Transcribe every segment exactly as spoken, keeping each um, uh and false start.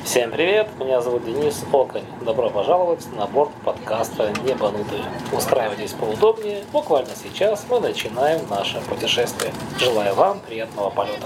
Всем привет, меня зовут Денис Оконь. Добро пожаловать на борт подкаста «Небанутые». Устраивайтесь поудобнее, буквально сейчас мы начинаем наше путешествие. Желаю вам приятного полета.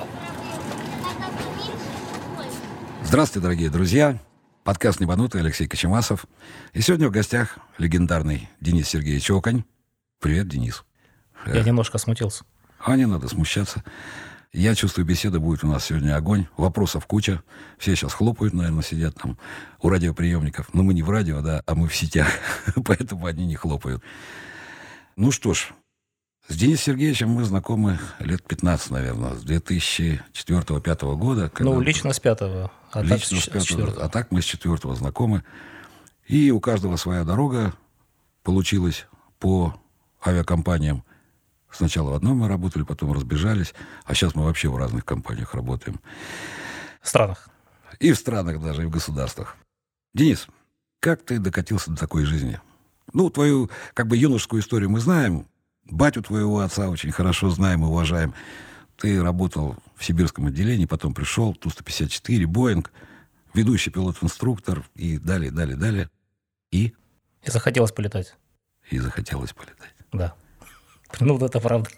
Здравствуйте, дорогие друзья. Подкаст «Небанутые», Алексей Кочемасов. И сегодня в гостях легендарный Денис Сергеевич Оконь. Привет, Денис. Я немножко смутился. А не надо смущаться. Я чувствую, беседа будет у нас сегодня огонь. Вопросов куча. Все сейчас хлопают, наверное, сидят там у радиоприемников. Но мы не в радио, да, а мы в сетях. Поэтому они не хлопают. Ну что ж, с Денисом Сергеевичем мы знакомы лет пятнадцать, наверное, с две тысячи четвёртого — две тысячи пятого года. Ну, лично с пятого. А лично так с пятого. С четвертого. А так мы с четвертого знакомы. И у каждого своя дорога получилась по авиакомпаниям. Сначала в одной мы работали, потом разбежались, а сейчас мы вообще в разных компаниях работаем. В странах. И в странах даже, и в государствах. Денис, как ты докатился до такой жизни? Ну, твою, как бы, юношескую историю мы знаем. Батю твоего отца очень хорошо знаем и уважаем. Ты работал в сибирском отделении, потом пришел, Ту сто пятьдесят четыре, Боинг, ведущий пилот-инструктор и далее, далее, далее. И? И захотелось полетать. И захотелось полетать. Да. Ну, это правда.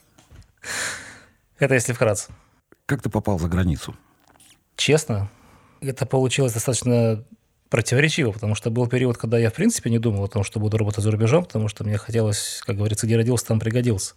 Это если вкратце. Как ты попал за границу? Честно, это получилось достаточно противоречиво, потому что был период, когда я, в принципе, не думал о том, что буду работать за рубежом, потому что мне хотелось, как говорится, где родился, там пригодился.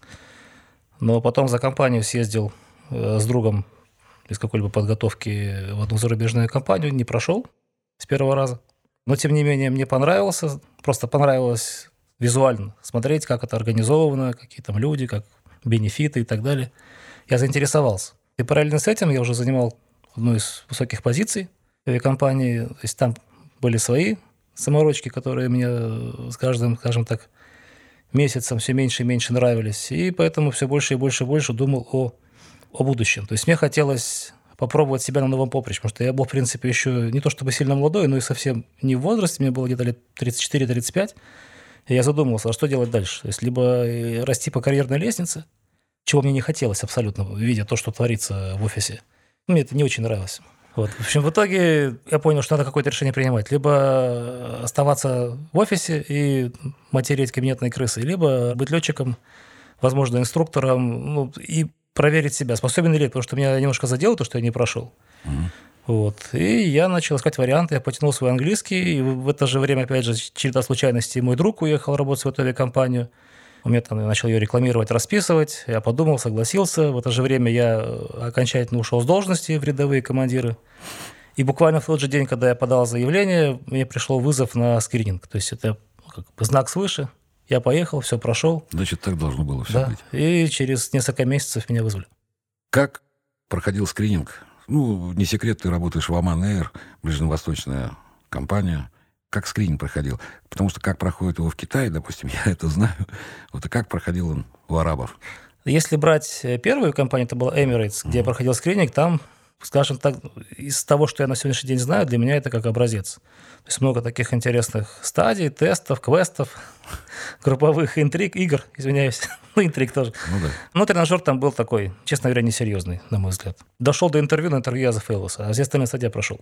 Но потом за компанию съездил э, с другом без какой-либо подготовки в одну зарубежную компанию, не прошел с первого раза. Но, тем не менее, мне понравился, просто понравилось визуально смотреть, как это организовано, какие там люди, как бенефиты и так далее. Я заинтересовался. И параллельно с этим я уже занимал одну из высоких позиций в авиакомпании. То есть там были свои саморочки, которые мне с каждым, скажем так, месяцем все меньше и меньше нравились. И поэтому все больше и больше и больше думал о, о будущем. То есть мне хотелось попробовать себя на новом поприще, потому что я был, в принципе, еще не то чтобы сильно молодой, но и совсем не в возрасте. Мне было где-то лет тридцать четыре — тридцать пять. И я задумался, а что делать дальше? То есть либо расти по карьерной лестнице, чего мне не хотелось абсолютно, видя то, что творится в офисе. Мне это не очень нравилось. Вот. В общем, в итоге я понял, что надо какое-то решение принимать. Либо оставаться в офисе и материть кабинетные крысы, либо быть летчиком, возможно, инструктором, ну, и проверить себя, способен ли я, потому что меня немножко задело то, что я не прошел. Mm-hmm. Вот. И я начал искать варианты, я потянул свой английский, и в это же время, опять же, череда случайностей, мой друг уехал работать в эту авиакомпанию. Он мне там начал ее рекламировать, расписывать. Я подумал, согласился. В это же время я окончательно ушел с должности в рядовые командиры. И буквально в тот же день, когда я подал заявление, мне пришел вызов на скрининг. То есть это как бы знак свыше. Я поехал, все прошел. Значит, так должно было все да. быть. И через несколько месяцев меня вызвали. Как проходил скрининг? Ну, не секрет, ты работаешь в Оман Эйр, ближневосточная компания. Как скрининг проходил? Потому что как проходит его в Китае, допустим, я это знаю. Вот и как проходил он у арабов? Если брать первую компанию, это была Emirates, где mm-hmm. я проходил скрининг, там, скажем так, из того, что я на сегодняшний день знаю, для меня это как образец. То есть много таких интересных стадий, тестов, квестов, групповых интриг, игр, извиняюсь, ну, интриг тоже. Ну, да. Но тренажер там был такой, честно говоря, несерьезный, на мой взгляд. Дошел до интервью, на интервью я зафейлился, а все остальные стадии я прошел.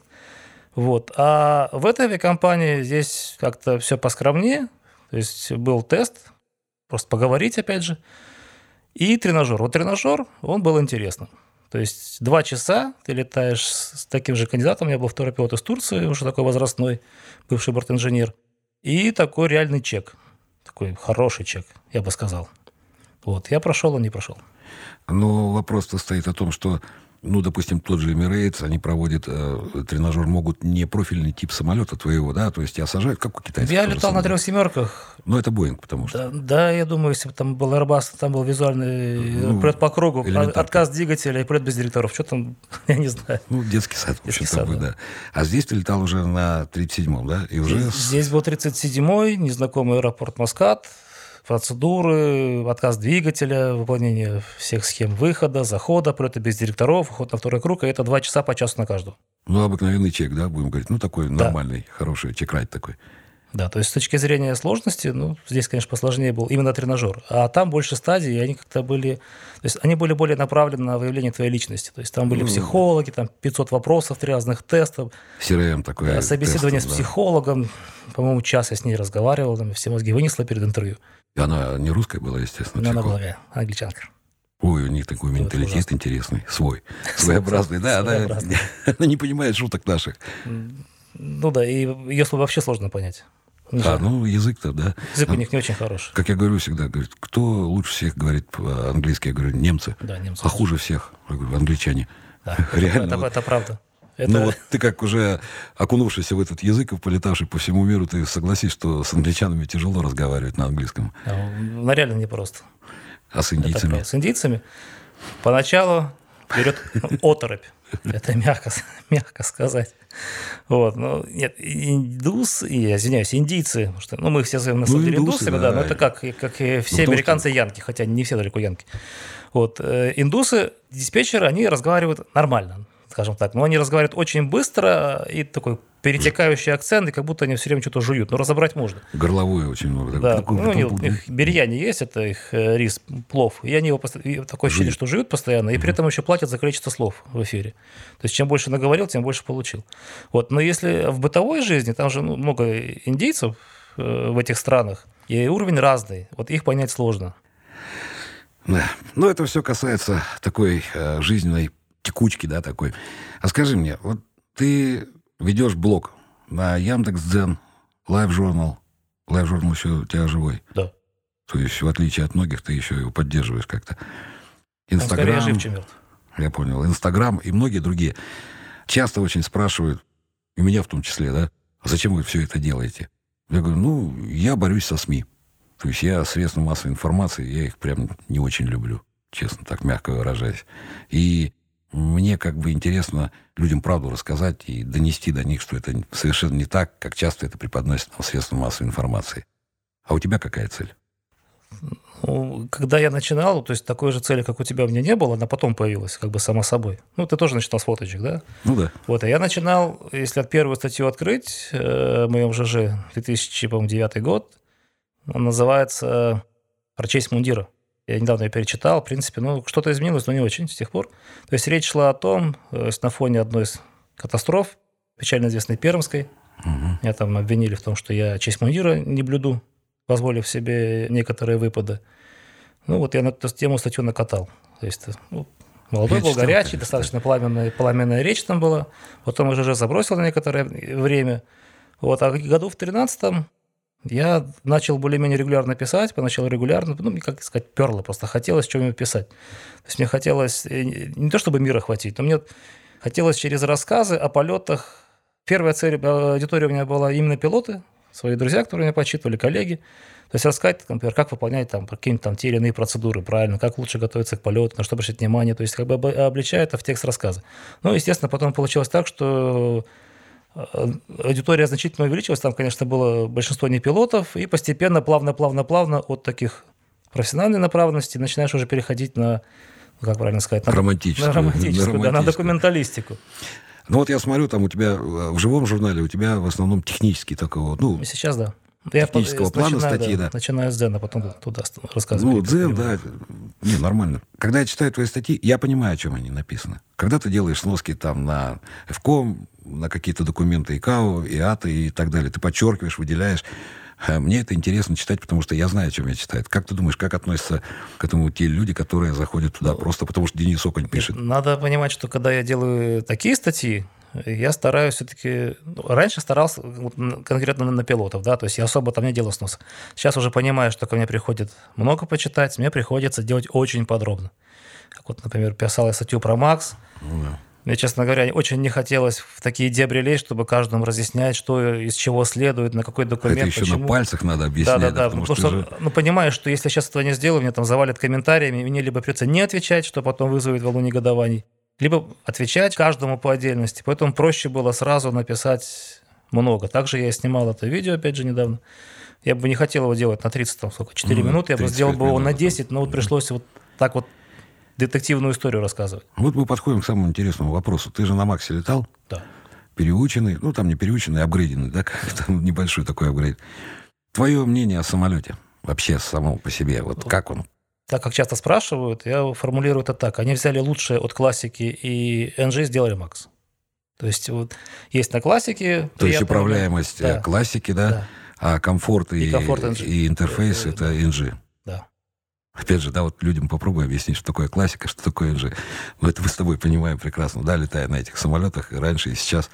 Вот. А в этой авиакомпании здесь как-то все поскромнее, то есть был тест, просто поговорить, опять же, и тренажер. Вот тренажер, он был интересным. То есть два часа ты летаешь с таким же кандидатом. Я был второй пилот из Турции, уже такой возрастной, бывший бортинженер. И такой реальный чек. Такой хороший чек, я бы сказал. Вот. Я прошел, он не прошел. Но вопрос-то стоит о том, что, ну, допустим, тот же Emirates, они проводят э, тренажер, могут не профильный тип самолета твоего, да, то есть тебя сажают, как у китайцев. Я летал на трех семерках. Ну, это Боинг, потому что... Да, да, я думаю, если бы там был Airbus, там был визуальный ну, полет по кругу, отказ двигателя и полет без директоров. Что там, я не знаю. Ну, детский сад, в общем, такой, да. А здесь ты летал уже на тридцать седьмом, да? И уже... Здесь, здесь был тридцать седьмой, незнакомый аэропорт Маскат, процедуры, отказ двигателя, выполнение всех схем выхода, захода, полета без директоров, уход на второй круг, и это два часа по часу на каждого. Ну, обыкновенный чек, да, будем говорить. Ну, такой да. нормальный, хороший чек-райд такой. Да, то есть с точки зрения сложности, ну, здесь, конечно, посложнее был именно тренажер. А там больше стадий, и они как-то были... То есть они были более направлены на выявление твоей личности. То есть там были психологи, там пятьсот вопросов, три разных тестов. си эр эм такое. Да, собеседование тестов, с да. психологом. По-моему, час я с ней разговаривал, там, все мозги вынесла перед интервью. И она не русская была, естественно. Но она была э, англичанка. Ой, у них такой Вот менталитет ужасно. интересный, свой, своеобразный. Да, она, Своеобразный. она не понимает шуток наших. Ну да, и ее слово вообще сложно понять. Не А, знаю. ну, язык-то, да. Язык у них не очень хороший. Как я говорю всегда, говорит, кто лучше всех говорит по-английски? Я говорю, немцы. Да, немцы. А хуже всех? Я говорю, англичане. Да, Реально. Это, вот. это правда. Это... Ну вот ты как уже окунувшийся в этот язык и полетавший по всему миру, ты согласись, что с англичанами тяжело разговаривать на английском. Ну, реально непросто. А с Это индийцами? правда. С индийцами поначалу берет оторопь. Это мягко, мягко сказать. Вот. Но нет, индус, и, я извиняюсь, индийцы, потому что, ну, мы все на самом Ну, деле индусы, индусами, да. да, но это как, как и все потому американцы янки, хотя не все далеко янки. Вот. э, Индусы, диспетчеры, они разговаривают нормально, скажем так, но они разговаривают очень быстро и такой перетекающий акцент, и как будто они все время что-то жуют, но разобрать можно. Горловое очень много. Да, ну, у них, у них бирьяни есть, это их э, рис, плов, и они его пост- и такое ощущение, Жуют. что жуют постоянно, и при этом еще платят за количество слов в эфире. То есть чем больше наговорил, тем больше получил. Вот. Но если в бытовой жизни, там же ну, много индейцев э, в этих странах, и уровень разный, вот их понять сложно. Да. Но это все касается такой э, жизненной текучки, да, такой. А скажи мне, вот ты ведешь блог на Яндекс.Дзен, Live-журнал. Live-журнал еще у тебя живой. Да. То есть, в отличие от многих, ты еще его поддерживаешь как-то. Он скорее Инстаграм, жив, чем мертв. я понял, Инстаграм и многие другие часто очень спрашивают, и меня в том числе, да, «А зачем вы все это делаете? Я говорю, ну, я борюсь со СМИ. То есть я средства массовой информации, я их прям не очень люблю, честно, так мягко выражаясь. И мне как бы интересно людям правду рассказать и донести до них, что это совершенно не так, как часто это преподносят нам средства массовой информации. А у тебя какая цель? Ну, когда я начинал, то есть такой же цели, как у тебя, у меня не было, она потом появилась, как бы само собой. Ну, ты тоже начинал с фоточек, да? Ну да. Вот, а я начинал, если от первую статью открыть, э, в моем ЖЖ, две тысячи девятый год, он называется «Про честь мундира». Я недавно ее перечитал, в принципе, ну, что-то изменилось, но не очень с тех пор. То есть речь шла о том, то есть на фоне одной из катастроф, печально известной Пермской, Угу. меня там обвинили в том, что я честь мундира не блюду, позволив себе некоторые выпады. Ну, вот я на эту тему статью накатал. То есть, ну, молодой Я был, читал, горячий, конечно. достаточно пламенная, пламенная речь там была. Потом уже же забросил на некоторое время. Вот, а году в тринадцатом я начал более-менее регулярно писать, поначалу регулярно, ну, мне, как сказать, перло, просто хотелось что-нибудь писать. То есть мне хотелось, э, не то чтобы мира хватить, но мне хотелось через рассказы о полетах. Первая цель аудитории у меня была именно пилоты, свои друзья, которые меня почитывали, коллеги. То есть рассказать, например, как выполнять там какие-нибудь там те или иные процедуры правильно, как лучше готовиться к полету, на что обращать внимание. То есть как бы об- обличая это в текст рассказа. Ну, естественно, потом получилось так, что э, аудитория значительно увеличилась. Там, конечно, было большинство не пилотов. И постепенно, плавно-плавно-плавно от таких профессиональной направленности начинаешь уже переходить на, ну, как правильно сказать, на, Романтическую. на романтическую, На да, на романтическую. документалистику. Ну вот я смотрю, там у тебя э, в живом журнале у тебя в основном технический такой вот, ну, И сейчас, да. Я Технического по- плана начинаю, статьи, да. Начинаю с Дзена, потом туда рассказываю. ну, дзен, да, не, нормально. Когда я читаю твои статьи, я понимаю, о чем они написаны. Когда ты делаешь сноски там на эф ком, на какие-то документы ИКАО, ИАТА и так далее, ты подчеркиваешь, выделяешь. А мне это интересно читать, потому что я знаю, о чем я читаю. Как ты думаешь, как относятся к этому те люди, которые заходят туда просто потому, что Денис Окунь пишет? Надо понимать, что когда я делаю такие статьи, я стараюсь все-таки... ну, раньше старался вот, н- конкретно на, на пилотов, да, то есть я особо там не делал снос. Сейчас уже понимаю, что ко мне приходит много почитать, мне приходится делать очень подробно. Как вот, например, писал я статью про МАКС. Ну, да. Мне, честно говоря, очень не хотелось в такие дебри лезть, чтобы каждому разъяснять, что из чего следует, на какой документ, Это еще почему. на пальцах надо Да, объяснять. да, да, потому, потому что, же- ну, понимаешь, что если я сейчас этого не сделаю, меня там завалят комментариями, и мне либо придется не отвечать, что потом вызовет волну негодований, либо отвечать каждому по отдельности. Поэтому проще было сразу написать много. Также я снимал это видео, опять же, недавно. Я бы не хотел его делать на тридцать, там, сколько, четыре Ну, минуты, я бы тридцать сделал пять бы его на минут, десять, но вот да. пришлось вот так вот детективную историю рассказывать. Вот мы подходим к самому интересному вопросу. Ты же на Максе летал? Да. переученный, ну, там не переученный, а апгрейденный, да, там небольшой такой апгрейд. Твое мнение о самолете вообще само по себе, вот как он? Так как часто спрашивают, я формулирую это так. Они взяли лучшее от классики и эн джи сделали Макс. То есть вот есть на классике... То есть управляемость да. классики, да, да, а комфорт и, и, комфорт и интерфейс э, это эн джи. Да. Опять же, да, вот людям попробуй объяснить, что такое классика, что такое эн джи. Ну, это мы с тобой понимаем прекрасно, да, летая на этих самолетах и раньше, и сейчас.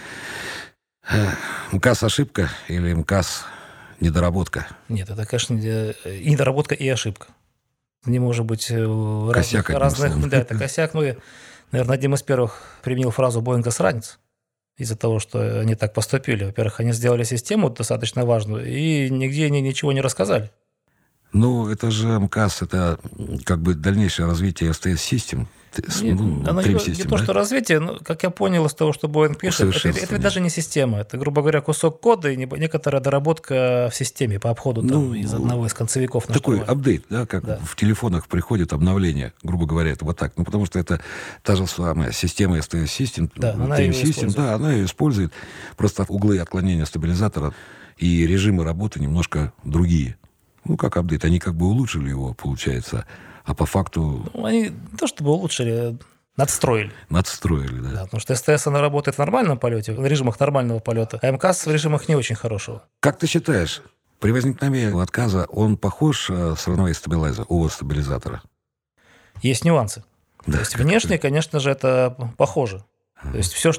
МКАС ошибка или МКАС недоработка? Нет, это, конечно, и недоработка, и ошибка. Не может быть косяк, разных... разных да, это косяк. Ну, я, наверное, одним из первых применил фразу «Боинга сранец» из-за того, что они так поступили. Во-первых, они сделали систему достаточно важную, и нигде они ничего не рассказали. Ну, это же МКАС, это как бы дальнейшее развитие эс ти эс-систем. Не, ну, оно не, не то, да? Что развитие, но, как я понял из того, что Боинг пишет, это, это даже не система. Это, грубо говоря, кусок кода и некоторая доработка в системе по обходу там, ну, из одного из концевиков. На такой штурвале. апдейт, да, как да. в телефонах приходит обновление, грубо говоря, это вот так. Ну, потому что это та же самая система эс ти эс-систем, да, она ее использует. Да, она ее использует. Просто углы отклонения стабилизатора и режимы работы немножко другие. Ну, как апдейт. Они как бы улучшили его, получается. А по факту... Ну, они не то чтобы улучшили, надстроили. Надстроили, да. да. Потому что эс ти эс, она работает в нормальном полете, в режимах нормального полета, а МКАС в режимах не очень хорошего. Как ты считаешь, при возникновении отказа он похож с runway stabilizer, у стабилизатора? Есть нюансы. Да, то есть внешне, конечно же, это похоже. То есть все,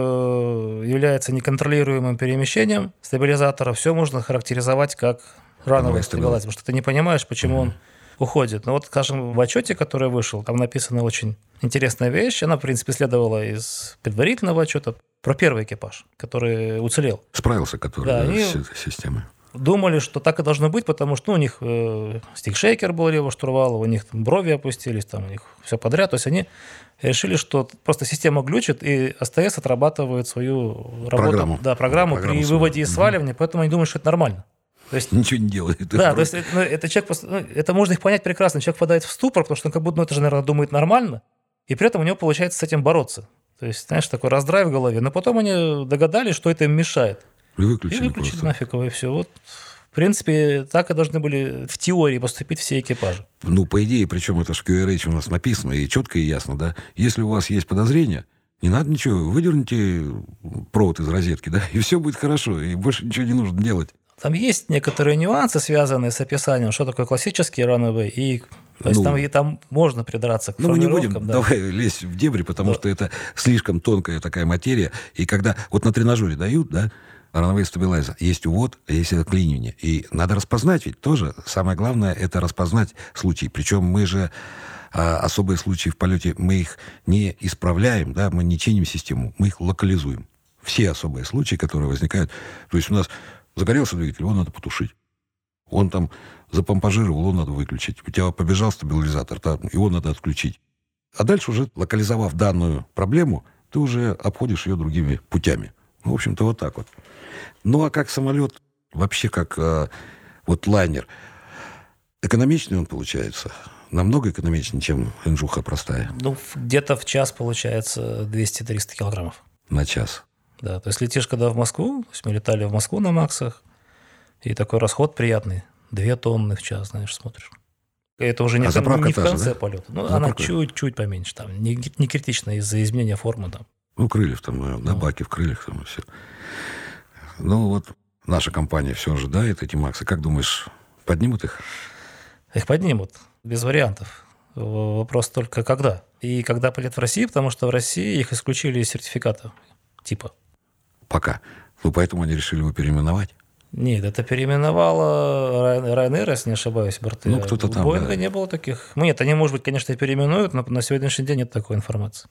что является неконтролируемым перемещением стабилизатора, все можно характеризовать как runway stabilizer, потому что ты не понимаешь, почему mm-hmm. он уходит. Но вот, скажем, в отчете, который вышел, там написана очень интересная вещь. Она, в принципе, следовала из предварительного отчета про первый экипаж, который уцелел. Справился, который да, да, они с этой системой. Думали, что так и должно быть, потому что ну, у них э, стикшейкер был левого штурвала, у них там брови опустились, там у них все подряд. То есть они решили, что просто система глючит, и эс ти эс отрабатывает свою работу, программу, да, программу, программу при свою. выводе и сваливании, угу. Поэтому они думают, что это нормально. То есть, ничего не делает. Да, то есть ну, это человек, ну, это можно их понять прекрасно. Человек впадает в ступор, потому что он как будто, ну, это же, наверное, думает нормально, и при этом у него получается с этим бороться. То есть, знаешь, такой раздрай в голове. Но потом они догадались, что это им мешает. И выключили, и выключили просто. нафиг его, и все. Вот, в принципе, так и должны были в теории поступить все экипажи. Ну, по идее, причем это же в кью ар эйч у нас написано, и четко и ясно, да. Если у вас есть подозрения, не надо ничего, выдерните провод из розетки, да, и все будет хорошо, и больше ничего не нужно делать. Там есть некоторые нюансы, связанные с описанием, что такое классический runway, и то есть ну, там, и там можно придраться к ну, формулировкам. Ну, мы не будем да. давай лезть в дебри, потому да. что это слишком тонкая такая материя. И когда вот на тренажере дают, да, runway stabilizer, есть увод, а есть клинивание. И надо распознать ведь тоже. Самое главное, это распознать случаи. Причем мы же а, особые случаи в полете, мы их не исправляем, да, мы не чиним систему, мы их локализуем. Все особые случаи, которые возникают. То есть у нас загорелся двигатель, его надо потушить. Он там запомпажировал, его надо выключить. У тебя побежал стабилизатор, там, его надо отключить. А дальше уже, локализовав данную проблему, ты уже обходишь ее другими путями. Ну, в общем-то, вот так вот. Ну, а как самолет, вообще как э, вот лайнер, экономичный он получается? Намного экономичнее, чем энджуха простая? Ну, где-то в час получается двести-триста килограммов. На час? Да, то есть летишь когда в Москву, то есть мы летали в Москву на Максах, и такой расход приятный, две тонны в час, знаешь, смотришь. Это уже не, а в, не в конце же, да? полета. Ну, она чуть-чуть поменьше, там, не, не критично из-за изменения формы. Там. Ну, крыльев там, на ну. баке в крыльях там и все. Ну, вот наша компания все ожидает эти Максы. Как думаешь, поднимут их? Их поднимут, без вариантов. Вопрос только когда. И когда полет в России, потому что в России их исключили из сертификата типа. Пока. Ну, поэтому они решили его переименовать. Нет, это переименовало Ryanair, если не ошибаюсь, борты. Ну, кто-то там, Боинга да. не было таких. Ну, нет, они, может быть, конечно, переименуют, но на сегодняшний день нет такой информации.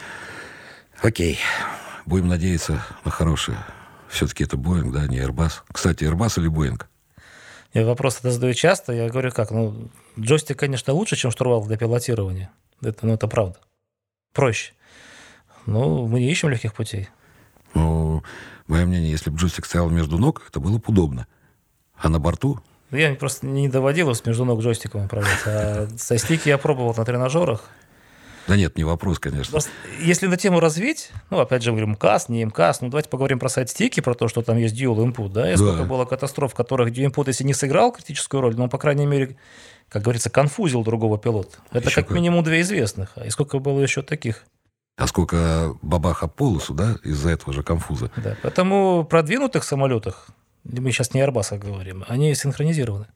Окей. Будем надеяться на хорошее. Все-таки это Боинг, да, не Airbus. Кстати, Airbus или Боинг? Я вопрос это задаю часто. Я говорю, как, ну, джойстик, конечно, лучше, чем штурвал для пилотирования. Это, ну, это правда. Проще. Но мы не ищем легких путей. Ну, мое мнение, если бы джойстик стоял между ног, это было бы удобно. А на борту? Я просто не доводилось между ног джойстиком управлять. А со стики я пробовал на тренажерах. Да нет, не вопрос, конечно. Просто, если на тему развить, ну, опять же, говорим, МКАС, не МКАС, ну, давайте поговорим про сайт-стики, про то, что там есть dual input, да, и Да. сколько было катастроф, в которых dual input, если не сыграл критическую роль, но, по крайней мере, как говорится, конфузил другого пилота. Это Еще как, как. минимум две известных. И сколько было еще таких. А сколько бабаха полосу, да, из-за этого же конфуза. Да. Поэтому в продвинутых самолетах, мы сейчас не о Airbus говорим, они синхронизированы.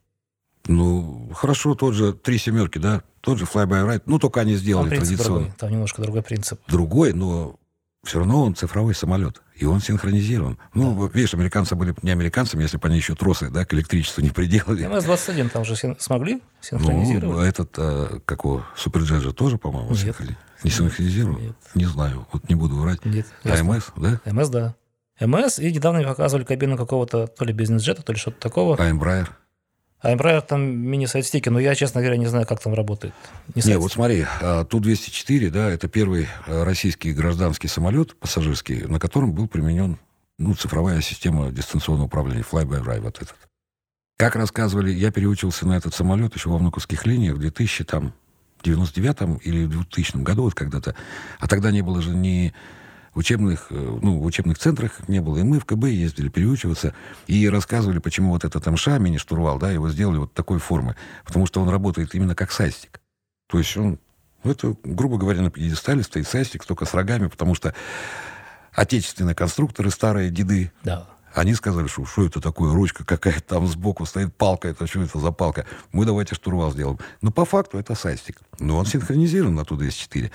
Ну, хорошо, тот же три семерки, да, тот же fly-by-wire, ну, только они сделали Там принцип традиционно. другой, там немножко другой принцип. Другой, но все равно он цифровой самолет, и он синхронизирован. Ну, Да. видишь, американцы были не американцами, если бы они еще тросы, да, к электричеству не приделали. эм эс двадцать один там же син- смогли Ну, синхронизировать? этот, а, как его, Суперджет же тоже, по-моему, Нет. синхрони- не синхронизирован? Нет. Не знаю, вот не буду врать. Нет. А эм эс, да? эм эс, да. эм эс, и недавно мне показывали кабину какого-то то ли бизнес-джета, то ли что-то такого. А Embraer? А Embraer там мини-сайдстики, но я, честно говоря, не знаю, как там работает. Не, Не, сайдстик. вот смотри, а, Ту двести четыре, да, это первый а, российский гражданский самолет пассажирский, на котором был применен, ну, цифровая система дистанционного управления, fly-by-wire вот этот. Как рассказывали, я переучился на этот самолет еще во внуковских линиях в две тысячи девяносто девятом или двухтысячном году, вот когда-то. А тогда не было же ни учебных, э, ну, в учебных центрах не было. И мы в ка бэ ездили переучиваться и рассказывали, почему вот этот эм ша, мини-штурвал, да, его сделали вот такой формы. Потому что он работает именно как сайстик. То есть он, ну, это, грубо говоря, на пьедестале стоит сайстик, только с рогами, потому что отечественные конструкторы, старые деды, Да. они сказали, что что это такое, ручка какая-то там сбоку стоит, палка, это что это за палка? Мы давайте штурвал сделаем. Но по факту это сайстик. Но он синхронизирован на Ту двести четыре.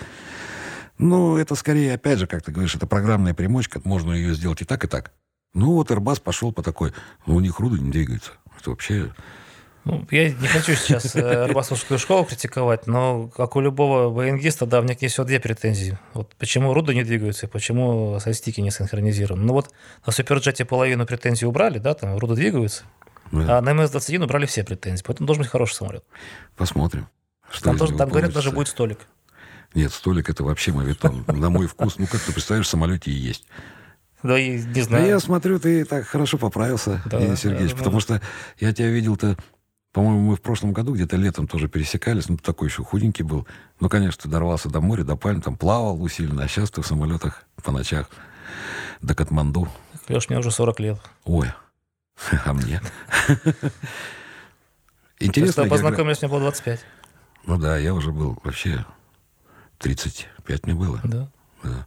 Ну, это скорее, опять же, как ты говоришь, это программная примочка, можно ее сделать и так, и так. Ну, вот Airbus пошел по такой, ну, у них руды не двигаются. Это вообще... Ну, я не хочу сейчас Airbusовскую школу критиковать, но, как у любого боингиста, да, у меня есть всего две претензии. Вот почему руды не двигаются, и почему сайстики не синхронизированы. Ну вот на Суперджете половину претензий убрали, да, там руды двигаются, Да. а на эм эс двадцать один убрали все претензии, поэтому должен быть хороший самолет. Посмотрим. Что Там, из тоже, него там говорят, получится. даже будет столик. Нет, столик это вообще мавитон. На мой вкус, ну, как ты представляешь, в самолете и есть. Да и не Да знаю. я смотрю, ты так хорошо поправился, Да, Денис Сергеевич, да, потому что я тебя видел-то, по-моему, мы в прошлом году где-то летом тоже пересекались, ну, ты такой еще худенький был. Ну, конечно, ты дорвался до моря, до пальм, там плавал усиленно, а сейчас ты в самолетах по ночах до Катманду. Леш, мне уже сорок лет. Ой, а мне? Интересно, Интересно. познакомились, мне было двадцать пять. Ну да, я уже был вообще тридцать пять мне было. Да. Да.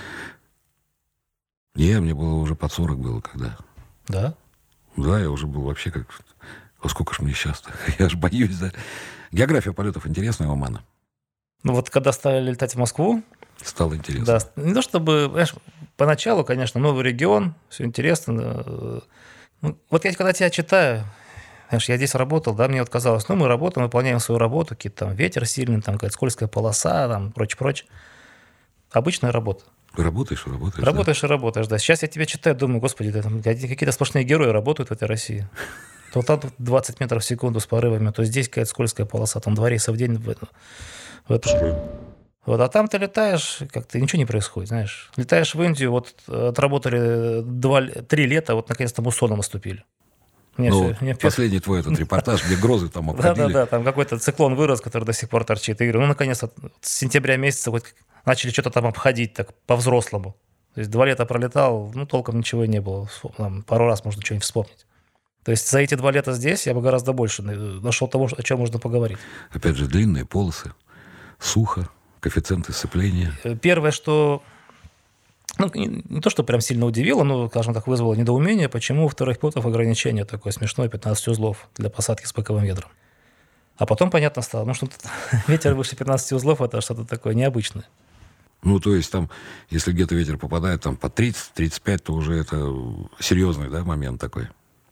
Не, мне было уже под сорок было, когда. Да? Да, я уже был вообще как... О, сколько ж мне сейчас-то? Я аж боюсь, да. География полетов интересная у Омана. Ну вот когда стали летать в Москву, Стало интересно. да, не то чтобы, знаешь, поначалу, конечно, новый регион, все интересно. э, ну, вот я когда тебя читаю, знаешь, я здесь работал, да, мне вот казалось, ну, мы работаем, выполняем свою работу, какие-то там ветер сильный, там какая-то скользкая полоса, там, прочее-прочее. Обычная работа. Работаешь, работаешь. Работаешь и работаешь, да. Сейчас я тебя читаю, думаю, господи, да, там какие-то сплошные герои работают в этой России. То там двадцать метров в секунду с порывами, то здесь какая-то скользкая полоса, там два рейса в день. В, в эту. Вот, а там ты летаешь, как-то ничего не происходит, знаешь. Летаешь в Индию, вот отработали два, три лета, вот наконец-то муссоны наступили. Мне Ну, всё- мне последний твой этот репортаж, где грозы там обходили. Да-да-да, там какой-то циклон вырос, который до сих пор торчит. И говорю, ну, наконец-то с сентября месяца вот начали что-то там обходить так по-взрослому. То есть два лета пролетал, ну, толком ничего и не было. Там пару раз можно что-нибудь вспомнить. То есть за эти два лета здесь я бы гораздо больше нашел того, о чем можно поговорить. Опять же, длинные полосы, сухо, коэффициенты сцепления. Первое, что... Ну, не, не то, что прям сильно удивило, но, скажем так, вызвало недоумение, почему у вторых пилотов ограничение такое смешное, пятнадцать узлов для посадки с боковым ветром. А потом понятно стало, ну, что ветер выше пятнадцати узлов – это что-то такое необычное. Ну, то есть там, если где-то ветер попадает там по тридцать - тридцать пять, то уже это серьезный, да, момент такой.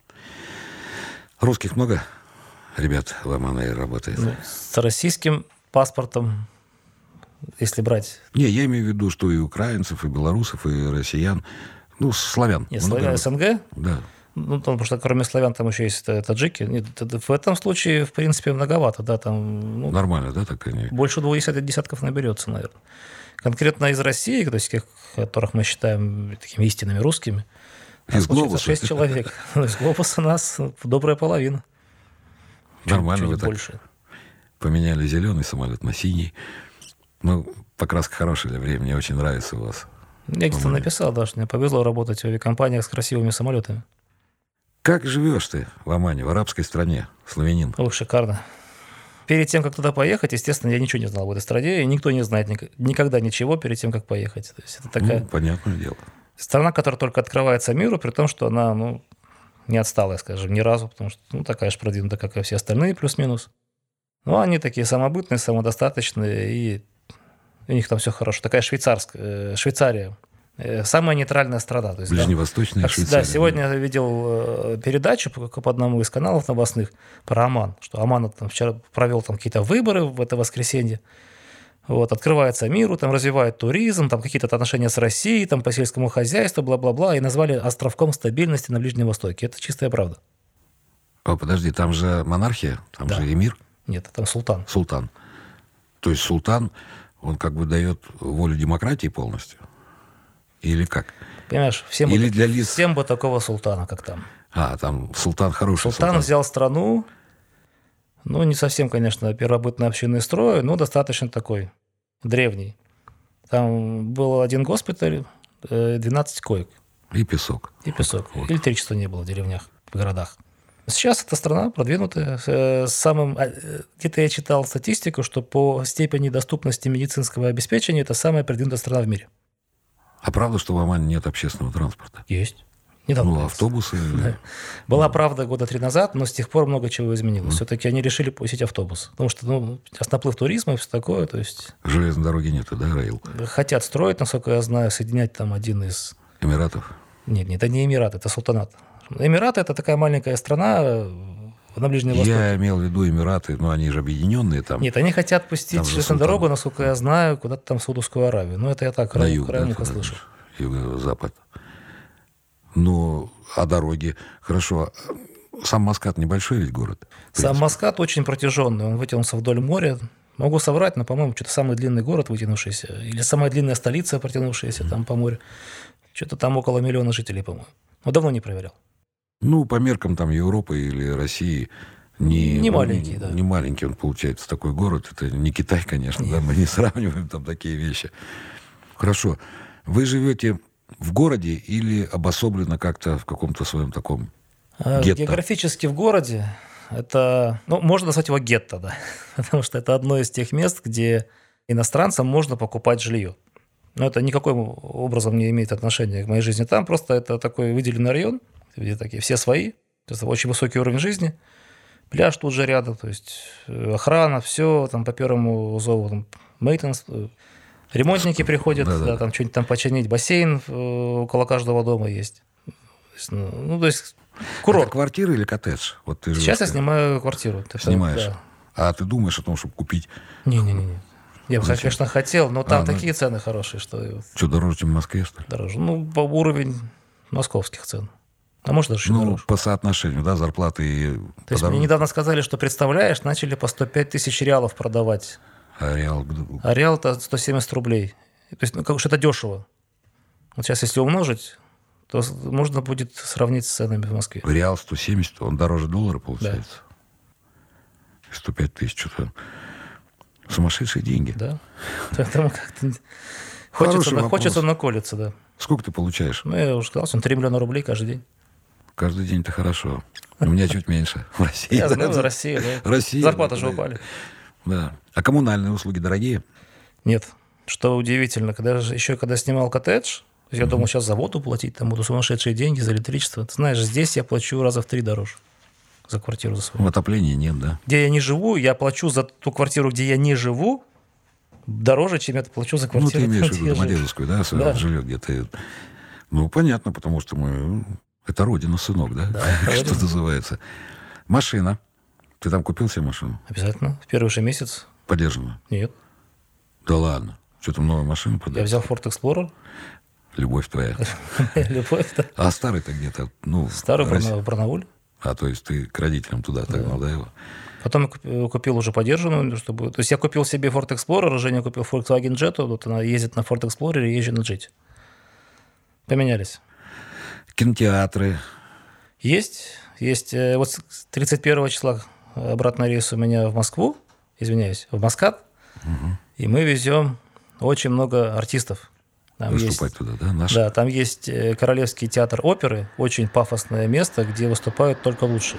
Русских много ребят в Оман Эйр работает? Ну, с российским паспортом, если брать... Не, я имею в виду, что и украинцев, и белорусов, и россиян, ну, славян. Нет, много славян, работает. эс эн гэ, Да. ну, потому что кроме славян там еще есть таджики. Нет, в этом случае, в принципе, многовато, да, там... Ну, Нормально, да, так они? больше двух десятков, десятков наберется, наверное. Конкретно из России, то есть тех, которых мы считаем такими истинными русскими, Из получается Глобуса? шесть человек. Из Глобуса нас добрая половина. Нормально Чуть вы так больше. поменяли зеленый самолет на синий. Ну, покраска хорошая для времени, мне очень нравится у вас. Я где-то написал, да, что мне повезло работать в авиакомпаниях с красивыми самолетами. Как живешь ты в Омане, в арабской стране, славянин? Ох, шикарно. Перед тем, как туда поехать, естественно, я ничего не знал об этой стране, и никто не знает никогда ничего перед тем, как поехать. То есть это такая Ну, понятное дело. страна, которая только открывается миру, при том, что она, ну, не отсталая, скажем, ни разу, потому что, ну, такая же продвинутая, как и все остальные, плюс-минус. Но они такие самобытные, самодостаточные, и у них там все хорошо. Такая швейцарская, Швейцария. Самая нейтральная страна. То есть, Ближневосточная да, Швейцария. Да, сегодня я видел передачу по, по одному из каналов новостных про Оман, что Оман там вчера провел там какие-то выборы в это воскресенье. Вот, открывается миру, там развивает туризм, там какие-то отношения с Россией, там по сельскому хозяйству, бла-бла-бла, и назвали островком стабильности на Ближнем Востоке. Это чистая правда. О, подожди, там же монархия, там Да. же эмир. Нет, там султан. Султан. То есть султан, он как бы дает волю демократии полностью? Или как? Понимаешь, всем, Или бы, для лиц... всем бы такого султана, как там. А, там султан хороший. Султан, султан взял страну, ну, не совсем, конечно, первобытно-общинный строй, но достаточно такой древний. Там был один госпиталь, двенадцать коек. И песок. И песок. Вот. Электричества не было в деревнях, в городах. Сейчас эта страна продвинутая. С самым... Где-то я читал статистику, что по степени доступности медицинского обеспечения это самая продвинутая страна в мире. А правда, что в Омане нет общественного транспорта? Есть. Недавно. Ну, появился. автобусы? Да. Была правда года три назад, но с тех пор много чего изменилось. Mm. Все-таки они решили пустить автобус. Потому что ну, наплыв туризма и все такое. То есть... Железной дороги нету, да, Раил? Хотят строить, насколько я знаю, соединять там один из... Эмиратов? Нет, нет, это не Эмират, это султанат. Эмираты – это такая маленькая страна на Ближнем Востоке. Я имел в виду Эмираты, но они же объединенные там. Нет, они хотят пустить железную дорогу, насколько я знаю, куда-то там в Саудовскую Аравию. Но это я так, на юг, краем да, слышал. Юго-запад. Ну, а дороги? Хорошо. Сам Маскат небольшой ведь город? Сам Маскат очень протяженный. Он вытянулся вдоль моря. Могу соврать, но, по-моему, что-то самый длинный город вытянувшийся. Или самая длинная столица, протянувшаяся mm. там по морю. Что-то там около миллиона жителей, по-моему. Но давно не проверял. Ну, по меркам там Европы или России не, не маленький, не, да. Не маленький он получается, такой город. Это не Китай, конечно, да, мы не сравниваем там такие вещи. Хорошо. Вы живете в городе или обособленно как-то в каком-то своем таком гетто? Географически в городе. Это, ну, можно назвать его гетто, да. Потому что это одно из тех мест, где иностранцам можно покупать жилье. Но это никаким образом не имеет отношения к моей жизни там. Просто это такой выделенный район, где такие все свои. То есть очень высокий уровень жизни. Пляж тут же рядом, то есть охрана, все там по первому зову, там, мейтенс, ремонтники приходят, да, да, да, там что-нибудь там починить, бассейн около каждого дома есть. То есть, ну, то есть курорт. Это квартира или коттедж? Вот ты Сейчас я снимаю квартиру. Снимаешь? Да. А ты думаешь о том, чтобы купить? Не-не-не. Я бы, Зачем? конечно, хотел, но там а, такие ну... цены хорошие, что... Что, дороже, чем в Москве, что ли? Дороже. Ну, по уровень московских цен. А может, даже еще ну, дороже. По соотношению, да, зарплаты и... То есть мне недавно сказали, что, представляешь, начали по сто пять тысяч реалов продавать. А реал? А реал-то сто семьдесят рублей. То есть, ну, как уж это дешево. Вот сейчас, если умножить, то можно будет сравнить с ценами в Москве. Реал сто семьдесят, он дороже доллара, получается? Да. сто пять тысяч, что-то... Сумасшедшие деньги. Да. Поэтому как-то... Хочется, хочется, но колется, да. Сколько ты получаешь? Ну, я уже сказал, что три миллиона рублей каждый день. Каждый день это хорошо. У меня чуть меньше. В России. Я знаю, Россия, да. Россия, зарплаты да, же упали. Да. А коммунальные услуги дорогие? Нет. Что удивительно, когда еще когда снимал коттедж, я думал, сейчас за воду платить, там будут сумасшедшие деньги за электричество. Ты знаешь, здесь я плачу раза в три дороже за квартиру за свою. В отоплении нет, да? Где я не живу, я плачу за ту квартиру, где я не живу, дороже, чем я плачу за квартиру. Ну, ты имеешь в виду Домодедовскую, да, да. жилье, где ты... Ну, понятно, потому что мы... Это родина, сынок, да? Да, что называется. Машина. Ты там купил себе машину? Обязательно. В первый же месяц. Подержанную? Нет. Да ладно. Что там новая машина продается? Я взял Ford Explorer. Любовь твоя. Любовь, да. А старый-то где-то? Ну, старый в Барнауле. А, то есть ты к родителям туда отогнал, да, его? Потом я купил уже подержанную, чтобы... То есть я купил себе Ford Explorer, Женя купил Volkswagen Jetta, вот она ездит на Ford Explorer и езжу на Jetta. Поменялись. Кинотеатры. Есть. Есть. Вот тридцать первого числа обратный рейс у меня в Москву, извиняюсь, в Маскат. Угу. И мы везем очень много артистов. Там Выступать есть, туда, да? Наши? Да, там есть Королевский театр оперы, очень пафосное место, где выступают только лучшие.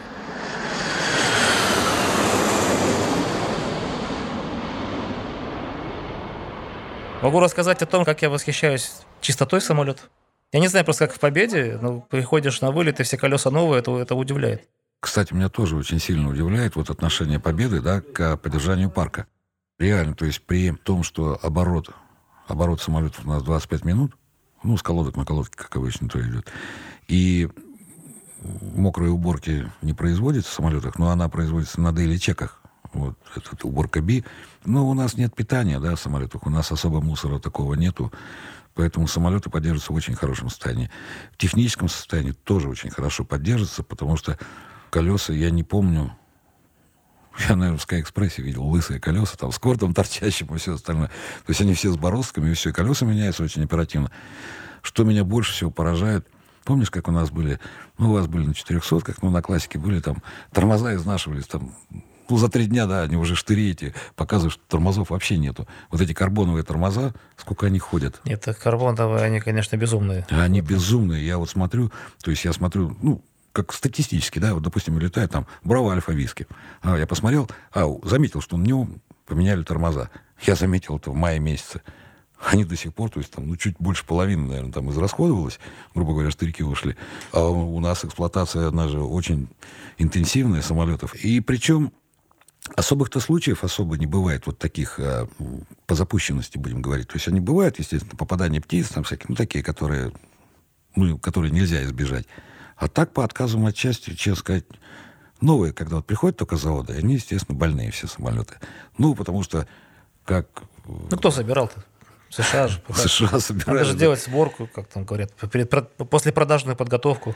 Могу рассказать о том, как я восхищаюсь чистотой самолета. Я не знаю просто, как в «Победе», но приходишь на вылет, и все колеса новые, это, это удивляет. Кстати, меня тоже очень сильно удивляет вот отношение «Победы», да, к поддержанию парка. Реально, то есть при том, что оборот, оборот самолетов у нас двадцать пять минут, ну, с колодок на колодке, как обычно, то идет, и мокрой уборки не производится в самолетах, но она производится на дейли-чеках. Вот, это уборка Би. Но у нас нет питания, да, в самолетах. У нас особо мусора такого нету. Поэтому самолеты поддерживаются в очень хорошем состоянии. В техническом состоянии тоже очень хорошо поддерживаются, потому что колеса, я не помню, я, наверное, в Sky-экспрессе видел лысые колеса, там, с кортом торчащим и все остальное. То есть они все с бороздками, и все, и колеса меняются очень оперативно. Что меня больше всего поражает, помнишь, как у нас были, ну, у вас были на четырехсотках, ну, на классике были там, тормоза изнашивались, там, ну, за три дня, да, они уже штыри эти показывают, что тормозов вообще нету. Вот эти карбоновые тормоза, сколько они ходят? Это карбоновые, они, конечно, безумные. Они безумные. Я вот смотрю, то есть я смотрю, ну, как статистически, да, вот, допустим, летает там Браво Альфа Виски. А, я посмотрел, а, заметил, что на него поменяли тормоза. Я заметил это в мае месяце. Они до сих пор, то есть там, ну, чуть больше половины, наверное, там израсходовалось, грубо говоря, штырьки ушли. А у нас эксплуатация, она же очень интенсивная самолетов. И причем особых-то случаев особо не бывает, вот таких а, по запущенности, будем говорить. То есть они бывают, естественно, попадания птиц, там всякие, ну, такие, которые, ну, которые нельзя избежать. А так, по отказам от части, честно сказать, новые, когда вот приходят только заводы, они, естественно, больные все самолеты. Ну, потому что как... Ну, кто собирал-то? В США же. В США собирали. Надо же делать сборку, как там говорят, послепродажную подготовку.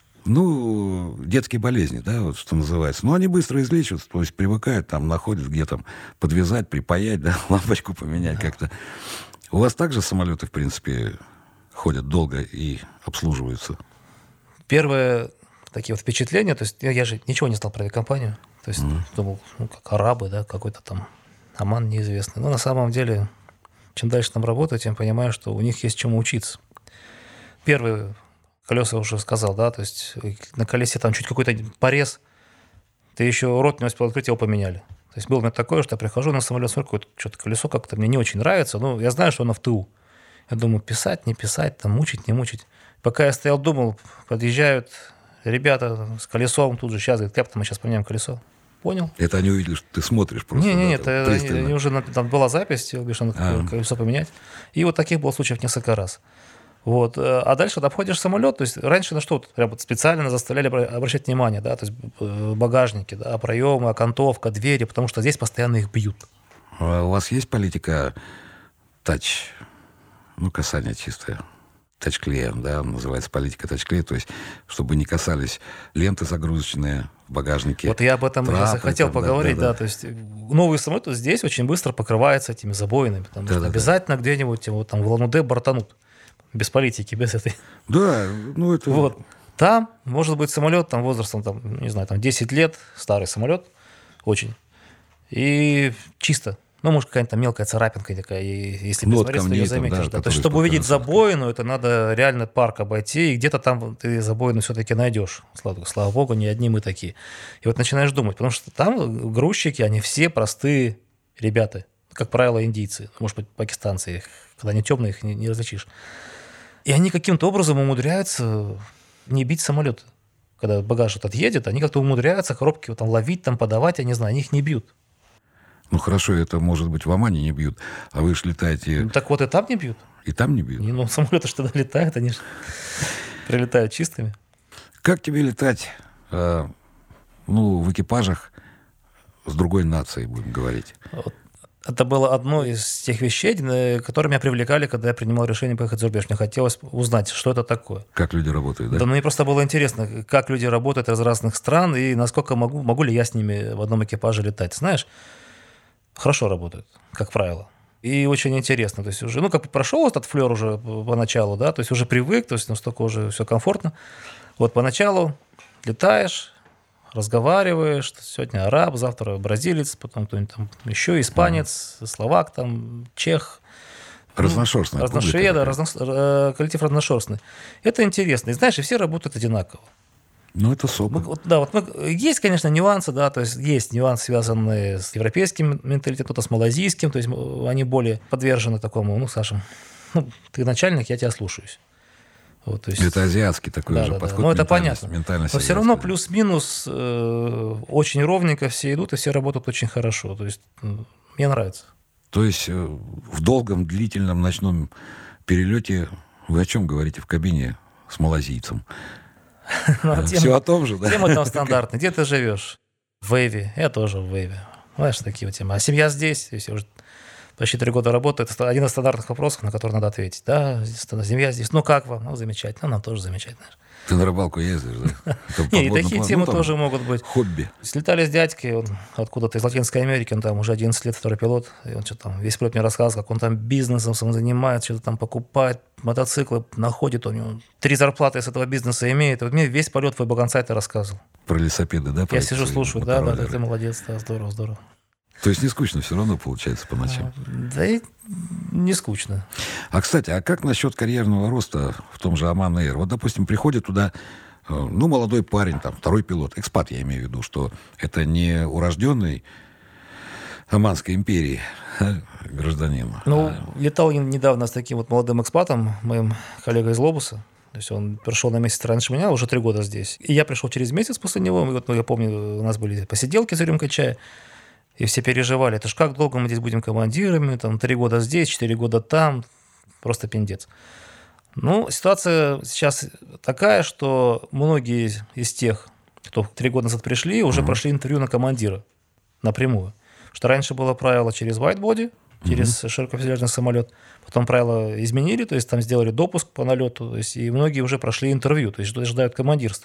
Ну, детские болезни, да, вот что называется. Но они быстро излечиваются, то есть привыкают, там, находят, где там подвязать, припаять, да, лампочку поменять да. как-то. У вас также самолеты, в принципе, ходят долго и обслуживаются? Первые такие вот впечатления, то есть я, я же ничего не знал про авиакомпанию, то есть mm. думал, ну, как арабы, да, какой-то там Оман неизвестный. Но на самом деле, чем дальше там работаю, тем понимаю, что у них есть чему учиться. Первые колеса уже сказал, да, то есть на колесе там чуть какой-то порез, ты еще рот не успел открыть, его поменяли. То есть было у меня такое, что я прихожу на самолет, смотрю, что-то колесо как-то мне не очень нравится, но я знаю, что оно в ТУ. Я думаю, писать, не писать, там, мучить, не мучить. Пока я стоял, думал, подъезжают ребята с колесом тут же, сейчас, говорят, как-то мы сейчас поменяем колесо. Понял? Это они увидели, что ты смотришь просто. Не, не, да, нет, там, они, они уже, там была запись, говоришь, надо а. колесо поменять. И вот таких было случаев несколько раз. Вот. А дальше обходишь самолет, то есть раньше на что прям специально заставляли обращать внимание, да, то есть багажники, да, проемы, окантовка, двери, потому что здесь постоянно их бьют. А у вас есть политика тач, ну, касание чистое, тач-клеем, да, называется политика тач-клея, то есть чтобы не касались ленты загрузочные в багажнике. Вот я об этом трапы, хотел там, поговорить, да, да, да, то есть новый самолет здесь очень быстро покрывается этими забоинами, потому да, что да, обязательно да. где-нибудь вот, там в Улан-Удэ бортанут. Без политики, без этой. Да, ну это... Вот. Там может быть самолет там, возрастом, там, не знаю, там десять лет, старый самолет, очень. И чисто. Ну, может, какая-нибудь там мелкая царапинка такая, и если ну, присмотреться, ты ее заметишь. Там, да, да. То есть, чтобы увидеть забоину, это надо реально парк обойти, и где-то там ты забоину все-таки найдешь. Слава, слава богу, не одни мы такие. И вот начинаешь думать, потому что там грузчики, они все простые ребята. Как правило, индийцы, может быть, пакистанцы. Их, когда они темные, их не, не различишь. И они каким-то образом умудряются не бить самолет. Когда багаж этот едет, они как-то умудряются коробки вот, там, ловить, там, подавать, я не знаю, они их не бьют. Ну, хорошо, это, может быть, в Омане не бьют, а вы же летаете... Ну, так вот и там не бьют. И там не бьют? Не, ну, самолеты что тогда летают, они же прилетают чистыми. Как тебе летать, э, ну, в экипажах с другой нацией, будем говорить? Вот. Это было одно из тех вещей, которые меня привлекали, когда я принимал решение поехать за рубеж. Мне хотелось узнать, что это такое. Как люди работают, да? Да, ну, мне просто было интересно, как люди работают из разных стран, и насколько могу, могу ли я с ними в одном экипаже летать. Знаешь, хорошо работают, как правило. И очень интересно. То есть уже, ну, как бы прошел этот флер уже поначалу, да, то есть уже привык, то есть настолько уже все комфортно. Вот поначалу летаешь, разговариваешь, сегодня араб, завтра бразилец, потом кто-нибудь там еще испанец, mm. словак, там, чех. Разношерстная ну, разношеда, разно... коллектив разношерстный. Это интересно. И знаешь, и все работают одинаково. Ну, это сок. Вот, да, вот мы, есть, конечно, нюансы, да, то есть есть нюансы, связанные с европейским менталитетом, кто-то с малазийским, то есть они более подвержены такому, ну, скажем, ну, ты начальник, я тебя слушаюсь. Вот, то есть, это азиатский такой да, же да, подход. Да. Ну, это понятно. Но все равно плюс-минус э, очень ровненько все идут, и все работают очень хорошо. То есть ну, мне нравится. То есть э, в долгом, длительном ночном перелете вы о чем говорите в кабине с малазийцем? Все о том же, да? Тема там стандартная. Где ты живешь? В Вейве. Я тоже в Вейве. Знаешь, такие вот темы. А семья здесь? Если уже почти три года работаю. Это один из стандартных вопросов, на который надо ответить. Да, семья здесь. Ну, как вам? Ну, замечательно. Ну, нам тоже замечательно. Ты на рыбалку ездишь, да? Не, и такие темы тоже могут быть. Хобби. Слетали с дядькой, он откуда-то из Латинской Америки, он там уже одиннадцать лет второй пилот, и он что-то там, весь полет мне рассказывал, как он там бизнесом сам занимается, что-то там покупает, мотоциклы находит, у него три зарплаты с этого бизнеса имеет. И вот мне весь полет в Багансайте рассказывал. Про лесопеды, да? Я сижу, слушаю, да, да, ты молодец, да, здорово, здорово. То есть не скучно все равно получается по ночам? Да и не скучно. А, кстати, а как насчет карьерного роста в том же Оман Эйр? Вот, допустим, приходит туда, ну, молодой парень, там, второй пилот, экспат, я имею в виду, что это не урожденный Оманской империи гражданин. Ну, а... летал недавно с таким вот молодым экспатом, моим коллегой из Лобуса. То есть он пришел на месяц раньше меня, уже три года здесь. И я пришел через месяц после него. И вот, ну, я помню, у нас были посиделки за рюмкой чая. И все переживали, это ж как долго мы здесь будем командирами, там, три года здесь, четыре года там, просто пиндец. Ну, ситуация сейчас такая, что многие из тех, кто три года назад пришли, уже mm-hmm. прошли интервью на командира напрямую. Что раньше было правило через whitebody, через mm-hmm. широкофюзеляжный самолет, потом правила изменили, то есть там сделали допуск по налету, то есть, и многие уже прошли интервью, то есть ожидают командирства.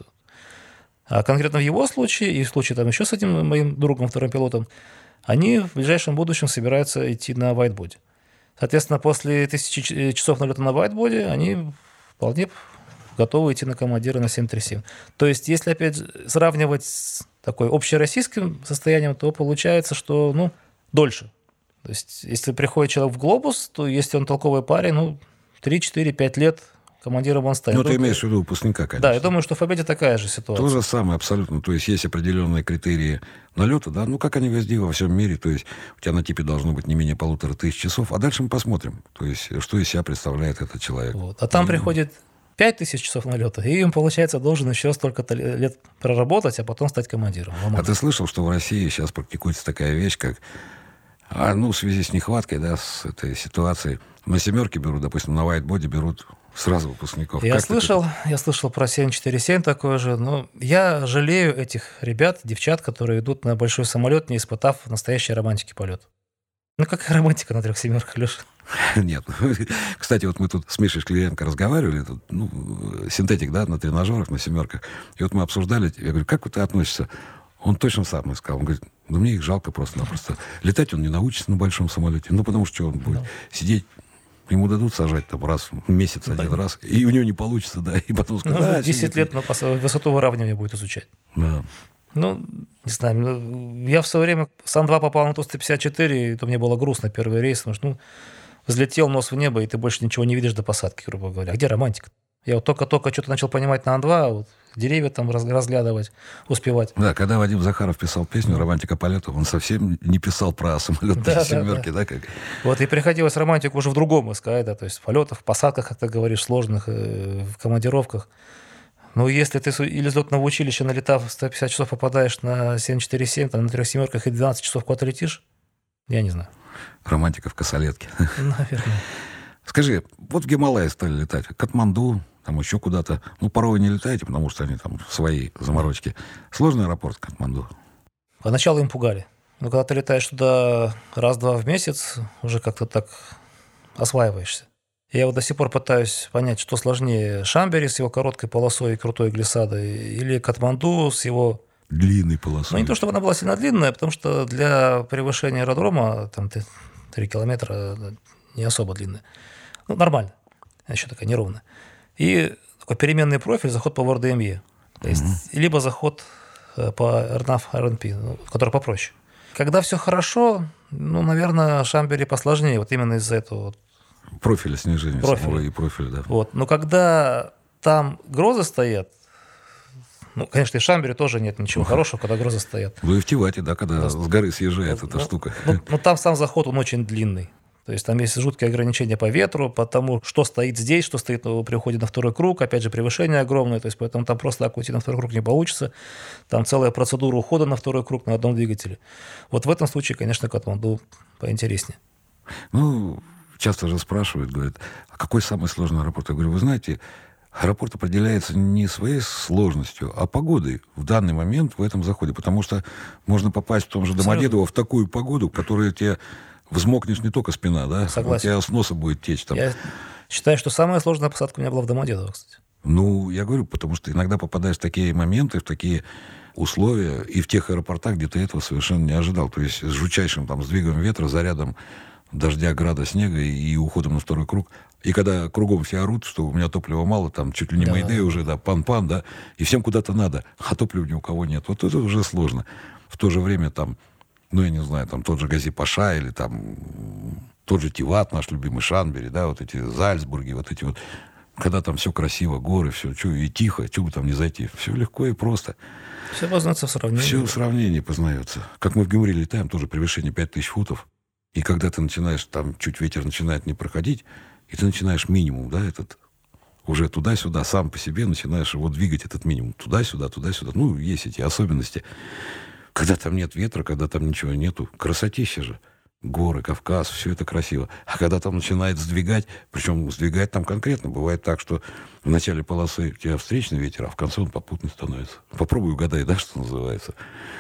А конкретно в его случае, и в случае там еще с этим моим другом, вторым пилотом, они в ближайшем будущем собираются идти на whitebody. Соответственно, после тысячи часов налета на whitebody они вполне готовы идти на командира на семь тридцать семь. То есть, если опять сравнивать с такой общероссийским состоянием, то получается, что ну, дольше. То есть, если приходит человек в глобус, то если он толковый парень, ну, три, четыре, пять лет командиром он станет. Ну, ты имеешь в виду выпускника, конечно. Да, я думаю, что в Победе такая же ситуация. То же самое, абсолютно. То есть, есть определенные критерии налета, да, ну, как они везде во всем мире. То есть, у тебя на типе должно быть не менее полутора тысяч часов, а дальше мы посмотрим, то есть, что из себя представляет этот человек. Вот. А там и... приходит пять тысяч часов налета, и им, получается, должен еще столько-то лет проработать, а потом стать командиром. А ты слышал, что в России сейчас практикуется такая вещь, как, а, ну, в связи с нехваткой, да, с этой ситуацией, на семерки берут, допустим, на whitebody берут сразу выпускников. Я как слышал, я слышал про семь четыре семь такое же, но я жалею этих ребят, девчат, которые идут на большой самолет, не испытав настоящей романтики полета. Ну, какая романтика на трех семерках, Леша? Нет. Кстати, вот мы тут с Мишей Шкляренко разговаривали, тут, ну, синтетик, да, на тренажерах, на семерках, и вот мы обсуждали, я говорю, как ты относишься? Он точно сам мне сказал, он говорит, ну, мне их жалко просто-напросто. Летать он не научится на большом самолете, ну, потому что он будет да. сидеть. Ему дадут сажать там раз в месяц, да. один раз, и у него не получится, да, и потом сказать... Ну, десять лет на высоту выравнивания будет изучать. Да. Ну, не знаю, я в свое время с Ан два попал на Ту сто пятьдесят четыре, и то мне было грустно первый рейс, потому что, ну, взлетел нос в небо, и ты больше ничего не видишь до посадки, грубо говоря. А где романтика? Я вот только-только что-то начал понимать на Ан два, вот, деревья там разглядывать, успевать. Да, когда Вадим Захаров писал песню «Романтика полетов», он совсем не писал про самолетные да, семерки, да, да. да как? Вот, и приходилось романтику уже в другом искать, да, то есть в полетах, в посадках, как ты говоришь, сложных, в командировках. Ну, если ты из летного училища, налетав сто пятьдесят часов, попадаешь на семь четыре семь, там, на трех семерках и двенадцать часов куда-то летишь, я не знаю. Романтика в косолетке. Наверное. Скажи, вот в Гималайи стали летать, Катманду, там еще куда-то. Ну, порой вы не летаете, потому что они там свои заморочки. Сложный аэропорт Катманду? Поначалу им пугали. Но когда ты летаешь туда раз-два в месяц, уже как-то так осваиваешься. Я вот до сих пор пытаюсь понять, что сложнее, Шамбери с его короткой полосой и крутой глиссадой или Катманду с его... Длинной полосой. Ну, не то, чтобы она была сильно длинная, потому что для превышения аэродрома там три километра не особо длинная. Ну, нормально. Еще такая неровная. И такой переменный профиль, заход по ВРДМЕ. То есть, mm-hmm. либо заход по эр наф эр эн пи, который попроще. Когда все хорошо, ну, наверное, Шамбери посложнее, вот именно из-за этого. Профиля снижения профиля. самого и профиля, да. Вот. Но когда там грозы стоят, ну, конечно, и в Шамбери тоже нет ничего хорошего, когда грозы стоят. Ну и в Тивате, да, когда да. с горы съезжает ну, эта ну, штука. Ну, ну, там сам заход, он очень длинный. То есть там есть жуткие ограничения по ветру, по тому, что стоит здесь, что стоит при уходе на второй круг. Опять же, превышение огромное, то есть поэтому там просто так уйти на второй круг не получится. Там целая процедура ухода на второй круг на одном двигателе. Вот в этом случае, конечно, Катманду поинтереснее. Ну, часто же спрашивают, говорят, а какой самый сложный аэропорт? Я говорю, вы знаете, аэропорт определяется не своей сложностью, а погодой в данный момент в этом заходе. Потому что можно попасть в том же Домодедово в такую погоду, которая тебе... Взмокнешь не только спина, да? Согласен. У тебя с носа будет течь там. Я считаю, что самая сложная посадка у меня была в Домодедово, кстати. Ну, я говорю, потому что иногда попадаешь в такие моменты, в такие условия, и в тех аэропортах, где ты этого совершенно не ожидал. То есть с жутчайшим там сдвигом ветра, зарядом дождя, града, снега и уходом на второй круг. И когда кругом все орут, что у меня топлива мало, там чуть ли не да. Мэйдэй уже, да, пан-пан, да, и всем куда-то надо, а топлива ни у кого нет. Вот это уже сложно. В то же время там ну, я не знаю, там тот же Гази-Паша или там тот же Тиват, наш любимый Шамбери, да, вот эти Зальцбурги, вот эти вот, когда там все красиво, горы, все, чё, и тихо, чего бы там не зайти, все легко и просто. Все познается в сравнении. Все в сравнении познается. Как мы в Гюмри летаем, тоже превышение пять тысяч футов, и когда ты начинаешь, там чуть ветер начинает не проходить, и ты начинаешь минимум, да, этот, уже туда-сюда, сам по себе начинаешь его двигать, этот минимум, туда-сюда, туда-сюда, ну, есть эти особенности. Когда там нет ветра, когда там ничего нету, красотища же. Горы, Кавказ, все это красиво. А когда там начинает сдвигать, причем сдвигать там конкретно, бывает так, что в начале полосы у тебя встречный ветер, а в конце он попутный становится. Попробуй угадай, да, что называется.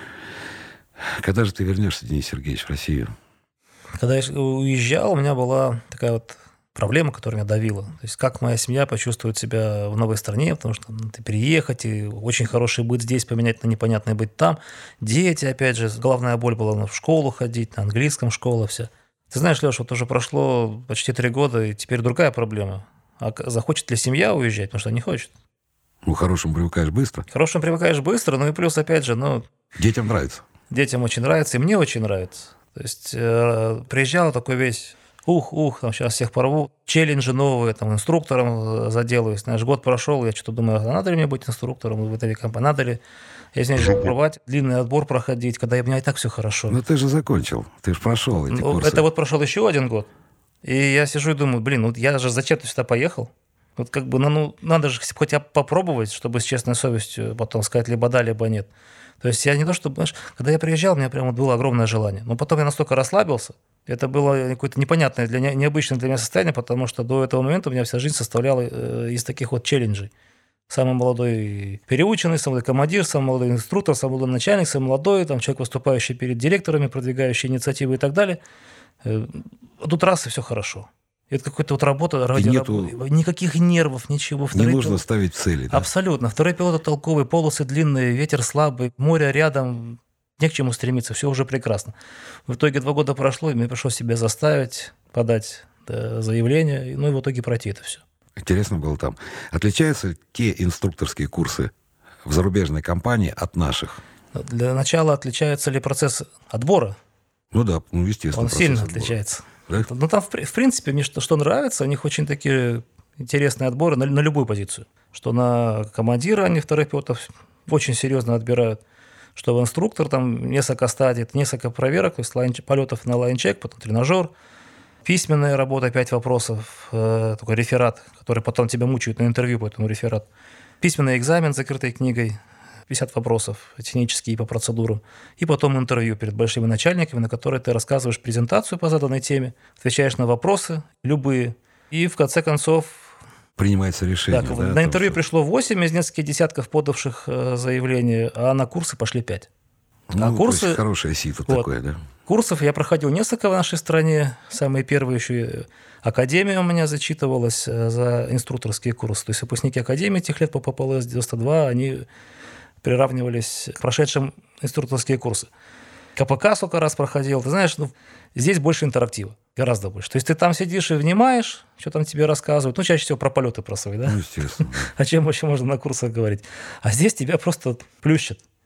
Когда же ты вернешься, Денис Сергеевич, в Россию? Когда я уезжал, у меня была такая вот проблема, которая меня давила. То есть как моя семья почувствует себя в новой стране, потому что ну, ты переехать, и очень хороший быт здесь поменять на непонятный быт там. Дети, опять же, главная боль была в школу ходить, на английском школа вся. Ты знаешь, Леша, вот уже прошло почти три года, и теперь другая проблема. А захочет ли семья уезжать? Потому что не хочет. Ну, к хорошему привыкаешь быстро. К хорошему привыкаешь быстро, ну и плюс, опять же, ну... Детям нравится. Детям очень нравится, и мне очень нравится. То есть э, приезжал такой весь... Ух, ух, там сейчас всех порву. Челленджи новые, там, инструктором заделаюсь. Знаешь, год прошел, я что-то думаю, а надо ли мне быть инструктором в этой компании? Надо ли, я извиняюсь, порвать, длинный отбор проходить, когда у меня и так все хорошо. Но ты же закончил, ты же прошел эти ну, курсы. Это вот прошел еще один год. И я сижу и думаю, блин, ну я же зачем-то сюда поехал. Вот как бы, ну, ну надо же хотя бы попробовать, чтобы с честной совестью потом сказать либо да, либо нет. То есть я не то, что, знаешь, когда я приезжал, у меня прямо было огромное желание. Но потом я настолько расслабился, это было какое-то непонятное, для, необычное для меня состояние, потому что до этого момента у меня вся жизнь составляла э, из таких вот челленджей. Самый молодой переученный, самый молодой командир, самый молодой инструктор, самый молодой начальник, самый молодой, там, человек, выступающий перед директорами, продвигающий инициативы и так далее. Э, тут раз и все хорошо. Это какая-то вот работа ради нету... работы. Никаких нервов, ничего. Не Второй нужно пилот... ставить цели. Да? Абсолютно. Второй пилот толковый, полосы длинные, ветер слабый, море рядом. Не к чему стремиться, все уже прекрасно. В итоге два года прошло, и мне пришлось себя заставить подать да, заявление, ну и в итоге пройти это все. Интересно было там. Отличаются те инструкторские курсы в зарубежной компании от наших? Для начала отличается ли процесс отбора? Ну да, ну естественно. Он сильно отбора. Отличается. Да? Ну там, в, в принципе, мне что, что нравится, у них очень такие интересные отборы на, на любую позицию. Что на командира они вторых пилотов очень серьезно отбирают, что в инструктор там несколько стадий, несколько проверок, то есть лайн, полетов на лайн-чек, потом тренажер, письменная работа, пять вопросов, э, такой реферат, который потом тебя мучают на интервью по этому реферату, письменный экзамен с закрытой книгой, пятьдесят вопросов технические по процедурам, и потом интервью перед большими начальниками, на которые ты рассказываешь презентацию по заданной теме, отвечаешь на вопросы любые, и в конце концов... Принимается решение. Да, да, на интервью что... пришло восемь из нескольких десятков подавших э, заявления, а на курсы пошли пять. Ну, а курсы... хорошее сито вот. Такое, да. Курсов я проходил несколько в нашей стране. Самые первые еще академия у меня зачитывалась за инструкторские курсы. То есть выпускники академии тех лет по ППЛС девяносто два, они приравнивались к прошедшим инструкторские курсы. КПК сколько раз проходил. Ты знаешь, ну, здесь больше интерактива. Гораздо больше. То есть ты там сидишь и внимаешь, что там тебе рассказывают. Ну, чаще всего про полеты про свои, да? Ну, естественно. О чем вообще можно на курсах говорить. А здесь тебя просто плющат.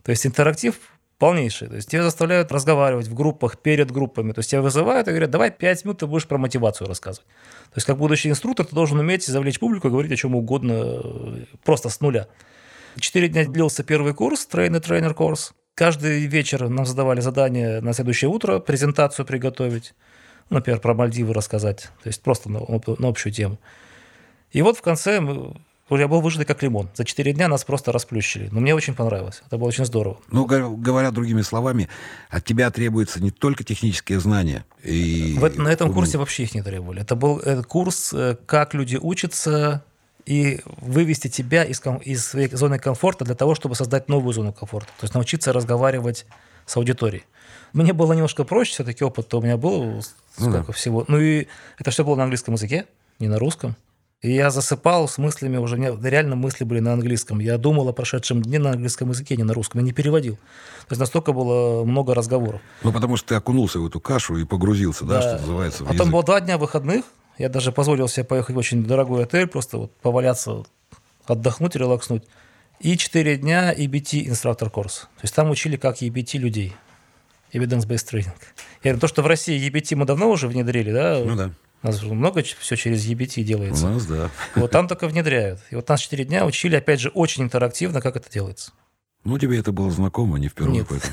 То есть интерактив полнейший. То есть тебя заставляют разговаривать в группах, перед группами. То есть тебя вызывают и говорят, давай пять минут ты будешь про мотивацию рассказывать. То есть как будущий инструктор ты должен уметь завлечь публику и говорить о чем угодно просто с нуля. Четыре дня длился первый курс, трейнер-трейнер курс. Каждый вечер нам задавали задание на следующее утро, презентацию приготовить. Например, про Мальдивы рассказать. То есть просто на, на общую тему. И вот в конце мы... Я был выжатый как лимон. За четыре дня нас просто расплющили. Но мне очень понравилось. Это было очень здорово. Ну, говоря другими словами, от тебя требуются не только технические знания. И... В, на этом курсе вообще их не требовали. Это был это курс, как люди учатся, и вывести тебя из, из своей зоны комфорта для того, чтобы создать новую зону комфорта. То есть научиться разговаривать с аудиторией. Мне было немножко проще, все-таки опыт-то у меня был сколько ну, да. всего. Ну и это все было на английском языке, не на русском. И я засыпал с мыслями уже, реально мысли были на английском. Я думал о прошедшем дне на английском языке, не на русском. Я не переводил. То есть настолько было много разговоров. Ну, потому что ты окунулся в эту кашу и погрузился, да, да что называется, в Потом язык. было два дня выходных. Я даже позволил себе поехать в очень дорогой отель, просто вот поваляться, отдохнуть, релакснуть. И четыре дня и би ти инструктор-курс. То есть там учили, как и би ти людей. Evidence-based training. Я говорю, то, что в России и би ти мы давно уже внедрили, да? Ну да. У нас много все через и би ти делается. У нас, да. Вот там только внедряют. И вот нас четыре дня учили, опять же, очень интерактивно, как это делается. Ну, тебе это было знакомо, не впервые поэтому.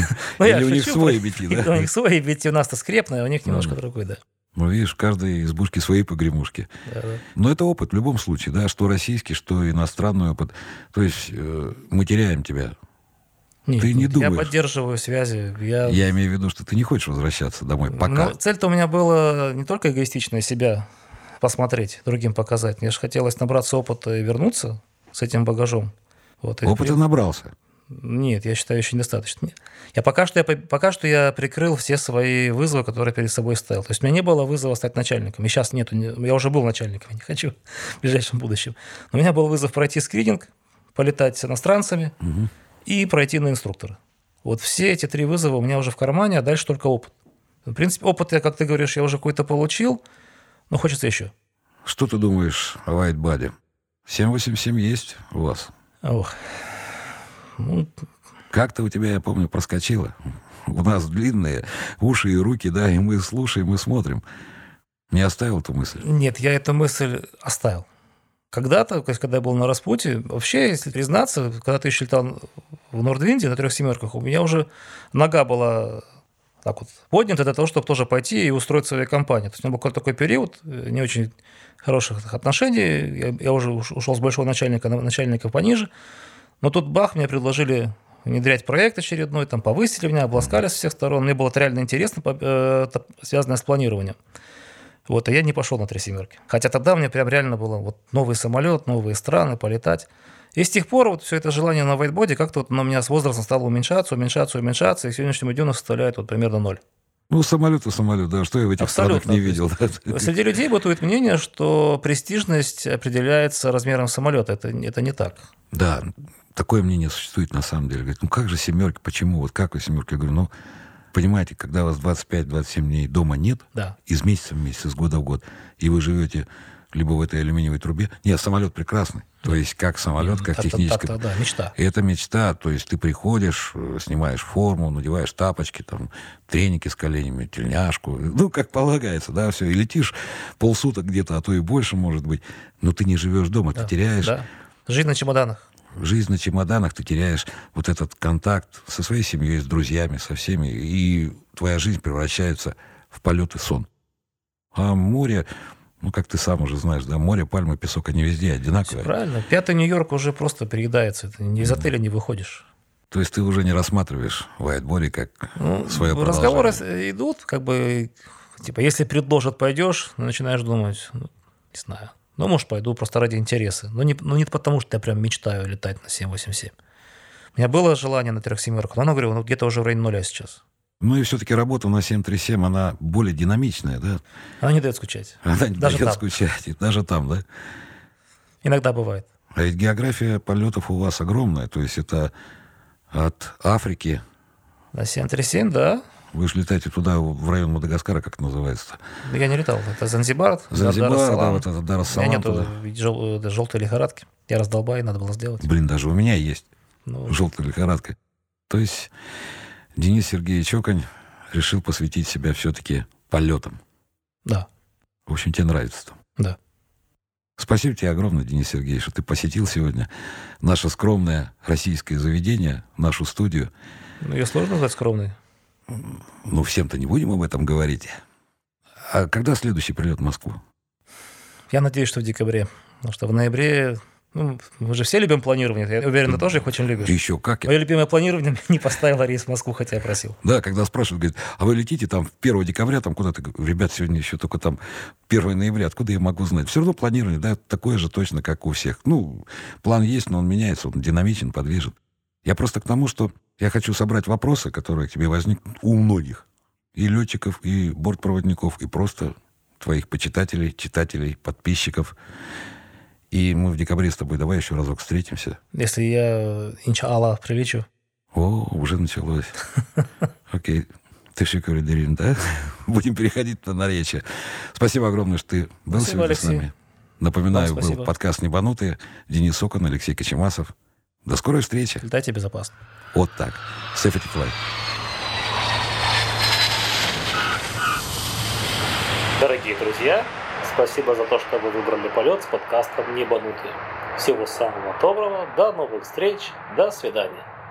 Или у них свой и би ти, да? У них свой и би ти, у нас-то скрепное, а у них немножко другой, да. Ну, видишь, в каждой избушке свои погремушки. Да, да. Но это опыт в любом случае, да, что российский, что иностранный опыт. То есть э, мы теряем тебя. Нет, ты не нет, думаешь. Я поддерживаю связи. Я... я имею в виду, что ты не хочешь возвращаться домой пока. Ну, цель-то у меня была не только эгоистичная себя посмотреть, другим показать. Мне же хотелось набраться опыта и вернуться с этим багажом. Вот, Опыта и... набрался? Нет, я считаю, еще недостаточно. Я пока, что я, пока что я прикрыл все свои вызовы, которые перед собой ставил. То есть у меня не было вызова стать начальником. И сейчас нету. Я уже был начальником, я не хочу в ближайшем будущем. Но у меня был вызов пройти скрининг, полетать с иностранцами угу. и пройти на инструктора. Вот все эти три вызова у меня уже в кармане, а дальше только опыт. В принципе, опыт, я, как ты говоришь, я уже какой-то получил, но хочется еще. Что ты думаешь о White Body? семь восемь семь есть у вас? Ох... Ну, как-то у тебя, я помню, проскочило. У нас длинные уши и руки, да, и мы слушаем и смотрим. Не оставил эту мысль? Нет, я эту мысль оставил. Когда-то, когда я был на распутье, вообще, если признаться, когда ты еще летал в Нордвинде на трех семерках, у меня уже нога была так вот поднята для того, чтобы тоже пойти и устроить свою компанию. То есть у меня был какой-то такой период не очень хороших отношений. Я, я уже ушел с большого начальника на начальника пониже. Но тут бах, мне предложили внедрять проект очередной, там повысили меня, обласкали со всех сторон. Мне было это реально интересно, это связанное с планированием. Вот, а я не пошел на три семерки. Хотя тогда мне прям реально было вот новый самолет, новые страны, полетать. И с тех пор вот все это желание на whitebody как-то вот оно у меня с возрастом стало уменьшаться, уменьшаться, уменьшаться, и к сегодняшнему дню составляет вот примерно ноль. Ну, самолет и самолет, да, что я в этих Абсолютно. странах не видел. Да. Среди людей бытует мнение, что престижность определяется размером самолета. Это, это не так. Да, такое мнение существует на самом деле. Говорит, ну как же семерка, почему? Вот как вы семерка? Я говорю, ну, понимаете, когда у вас двадцать пять - двадцать семь дней дома нет, да. из месяца в месяц, из года в год, и вы живете либо в этой алюминиевой трубе. Нет, самолет прекрасный. То есть как самолет, как так, технический. Так, да, мечта. Это мечта. То есть ты приходишь, снимаешь форму, надеваешь тапочки, там, треники с коленями, тельняшку. Ну, как полагается, да, все. И летишь полсуток где-то, а то и больше, может быть. Но ты не живешь дома, да, ты теряешь... Да. Жизнь на чемоданах. Жизнь на чемоданах, ты теряешь вот этот контакт со своей семьей, с друзьями, со всеми. И твоя жизнь превращается в полет и сон. А море... Ну, как ты сам уже знаешь, да, море, пальмы, песок, они везде одинаковые. Все правильно. Пятый Нью-Йорк уже просто переедается. Ты из отеля не выходишь. То есть ты уже не рассматриваешь whitebody как ну, свое продолжение? Разговоры идут, как бы, типа, если предложат, пойдешь, начинаешь думать, ну, не знаю. Ну, может, пойду просто ради интереса. Но не, ну, не потому, что я прям мечтаю летать на семь восемь семь. У меня было желание на трех семерках, но оно, говорю, ну, где-то уже в районе нуля сейчас. Ну и все-таки работа на семь тридцать семь, она более динамичная, да? Она не дает скучать. Она не даже дает там. скучать, и даже там, да? Иногда бывает. А ведь география полетов у вас огромная, то есть это от Африки. На семь тридцать семь, да. Вы же летаете туда, в район Мадагаскара, как это называется? Я не летал. Это Занзибар. Занзибар, да, вот это Дар-ас-Салам. У меня нету жел- желтой лихорадки. Я раздолбай, надо было сделать. Блин, даже у меня есть ну, желтая лихорадка. То есть Денис Сергеевич Оконь решил посвятить себя все-таки полетам. Да. В общем, тебе нравится там. Да. Спасибо тебе огромное, Денис Сергеевич, что ты посетил сегодня наше скромное российское заведение, нашу студию. Ну, ее сложно назвать скромной. Ну, всем-то не будем об этом говорить. А когда следующий прилет в Москву? Я надеюсь, что в декабре. Потому что в ноябре... Ну, мы же все любим планирование. Я уверен, ты тоже их очень любишь. Еще как. Мое любимое планирование не поставило рейс в Москву, хотя я просил. Да, когда спрашивают, говорят, а вы летите там первого декабря, там куда-то, ребят, сегодня еще только там первого ноября, откуда я могу знать? Все равно планирование, да, такое же точно, как у всех. Ну, план есть, но он меняется, он динамичен, подвижен. Я просто к тому, что я хочу собрать вопросы, которые к тебе возникнут у многих. И летчиков, и бортпроводников, и просто твоих почитателей, читателей, подписчиков. И мы в декабре с тобой давай еще разок встретимся. Если я, иншаллах, прилечу. О, уже началось. Окей. Ты шикарный, да? Будем переходить на наречие. Спасибо огромное, что ты был Спасибо, сегодня Алексей. с нами. Напоминаю, Вам был спасибо. подкаст «Небанутые». Денис Окон, Алексей Кочемасов. До скорой встречи. Летайте безопасно. Вот так. Safety flight. Дорогие друзья, спасибо за то, что вы выбрали полет с подкастом «Небанутые». Всего самого доброго, до новых встреч, до свидания.